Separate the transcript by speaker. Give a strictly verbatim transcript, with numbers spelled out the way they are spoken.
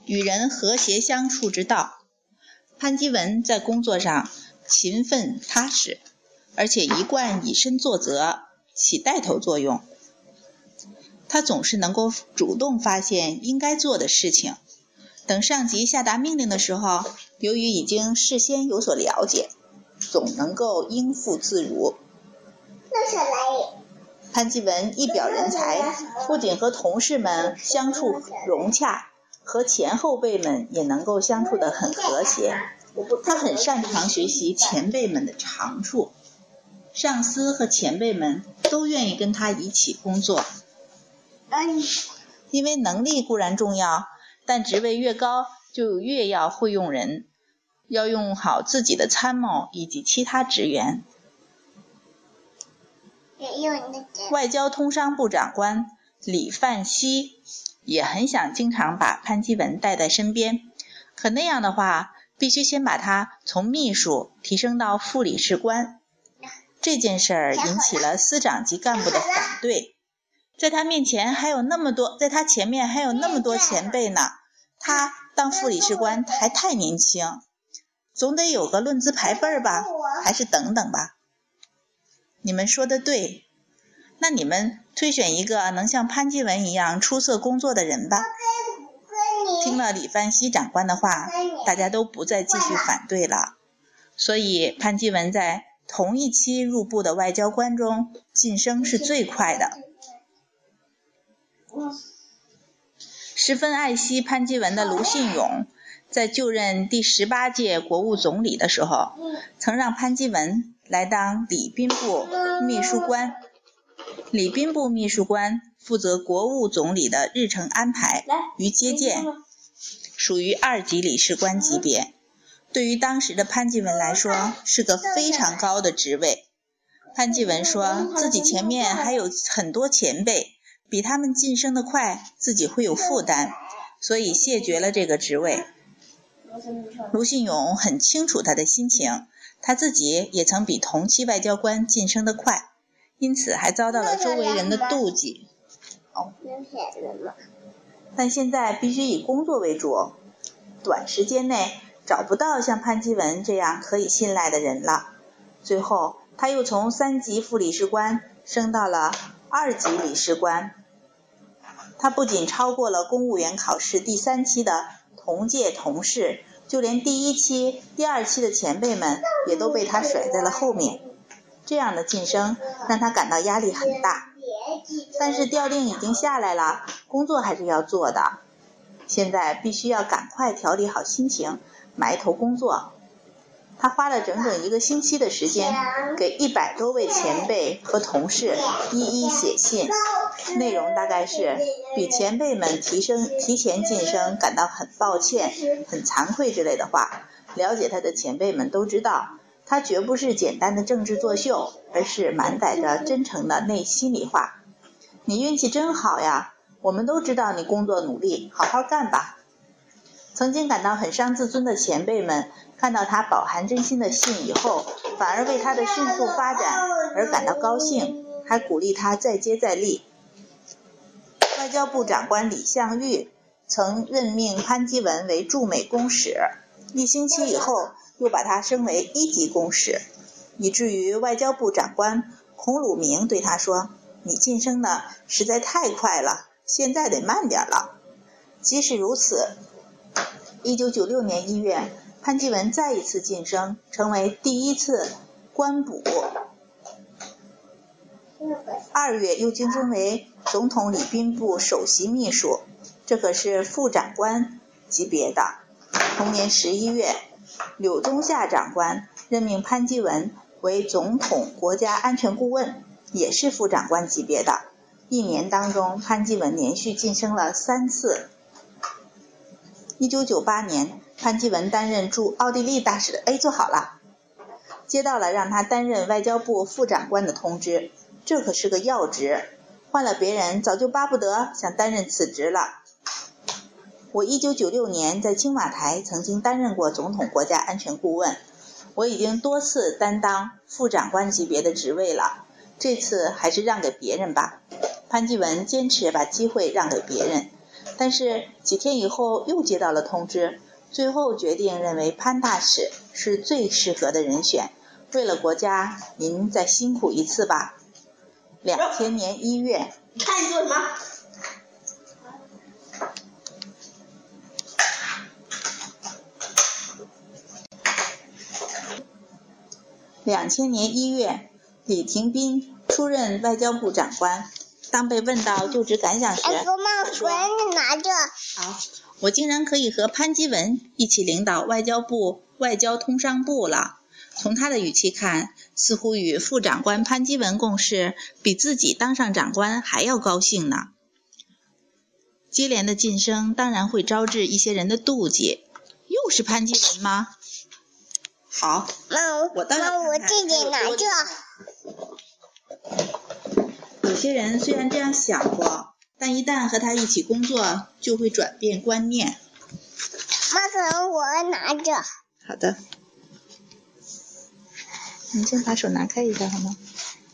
Speaker 1: 与人和谐相处之道。潘基文在工作上勤奋踏实，而且一贯以身作则，起带头作用。他总是能够主动发现应该做的事情，等上级下达命令的时候，由于已经事先有所了解，总能够应付自如。潘基文一表人才，不仅和同事们相处融洽，和前后辈们也能够相处得很和谐。他很擅长学习前辈们的长处，上司和前辈们都愿意跟他一起工作。因为能力固然重要，但职位越高就越要会用人，要用好自己的参谋以及其他职员。外交通商部长官李范熙也很想经常把潘基文带在身边，可那样的话必须先把他从秘书提升到副理事官。这件事儿引起了司长级干部的反对，在他面前还有那么多，在他前面还有那么多前辈呢，他当副理事官还太年轻，总得有个论资排辈吧，还是等等吧。你们说的对，那你们推选一个能像潘基文一样出色工作的人吧。听了李范熙长官的话，大家都不再继续反对了，所以潘基文在同一期入部的外交官中晋升是最快的。十分爱惜潘基文的卢信勇在就任第十八届国务总理的时候，曾让潘基文来当礼宾部秘书官。礼宾部秘书官负责国务总理的日程安排与接见，属于二级理事官级别。对于当时的潘基文来说，是个非常高的职位。潘基文说自己前面还有很多前辈，比他们晋升得快，自己会有负担，所以谢绝了这个职位。卢信勇很清楚他的心情，他自己也曾比同期外交官晋升得快，因此还遭到了周围人的妒忌。哦，但现在必须以工作为主，短时间内找不到像潘基文这样可以信赖的人了。最后他又从三级副理事官升到了二级理事官。他不仅超过了公务员考试第三期的同届同事，就连第一期、第二期的前辈们也都被他甩在了后面。这样的晋升让他感到压力很大，但是调令已经下来了，工作还是要做的。现在必须要赶快调理好心情，埋头工作。他花了整整一个星期的时间，给一百多位前辈和同事一一写信，内容大概是比前辈们提升提前晋升感到很抱歉、很惭愧之类的话。了解他的前辈们都知道，他绝不是简单的政治作秀，而是满载着真诚的内心里话。你运气真好呀，我们都知道你工作努力，好好干吧。曾经感到很伤自尊的前辈们看到他饱含真心的信以后，反而为他的迅速发展而感到高兴，还鼓励他再接再厉。外交部长官李相玉曾任命潘基文为驻美公使，一星期以后又把他升为一级公使，以至于外交部长官孔鲁明对他说，你晋升的实在太快了，现在得慢点了。即使如此，一九九六年一月，潘基文再一次晋升，成为第一次官补。二月又晋升为总统礼宾部首席秘书，这可是副长官级别的。同年十一月，柳宗夏长官任命潘基文为总统国家安全顾问，也是副长官级别的。一年当中，潘基文连续晋升了三次。一九九八年，潘基文担任驻奥地利大使的，哎，坐好了，接到了让他担任外交部副长官的通知，这可是个要职，换了别人早就巴不得想担任此职了。我一九九六年在青瓦台曾经担任过总统国家安全顾问，我已经多次担当副长官级别的职位了，这次还是让给别人吧。潘基文坚持把机会让给别人， 但是几天以后又接到了通知，最后决定认为潘大使是最适合的人选。为了国家，您再辛苦一次吧。两千年一月，
Speaker 2: 你看你做什么？
Speaker 1: 两千年一月，李廷彬出任外交部长官。当被问到就职感想时，
Speaker 2: 哎，妈妈，
Speaker 1: 他说：“
Speaker 2: 我让你拿着。
Speaker 1: 好，我竟然可以和潘基文一起领导外交部外交通商部了。”从他的语气看，似乎与副长官潘基文共事，比自己当上长官还要高兴呢。接连的晋升当然会招致一些人的妒忌。又是潘基文吗？好，
Speaker 2: 妈，
Speaker 1: 我当然
Speaker 2: 妈，我自己拿着。
Speaker 1: 有些人虽然这样想过，但一旦和他一起工作，就会转变观念。
Speaker 2: 妈，可能我拿着。
Speaker 1: 好的，你先把手拿开一下好吗？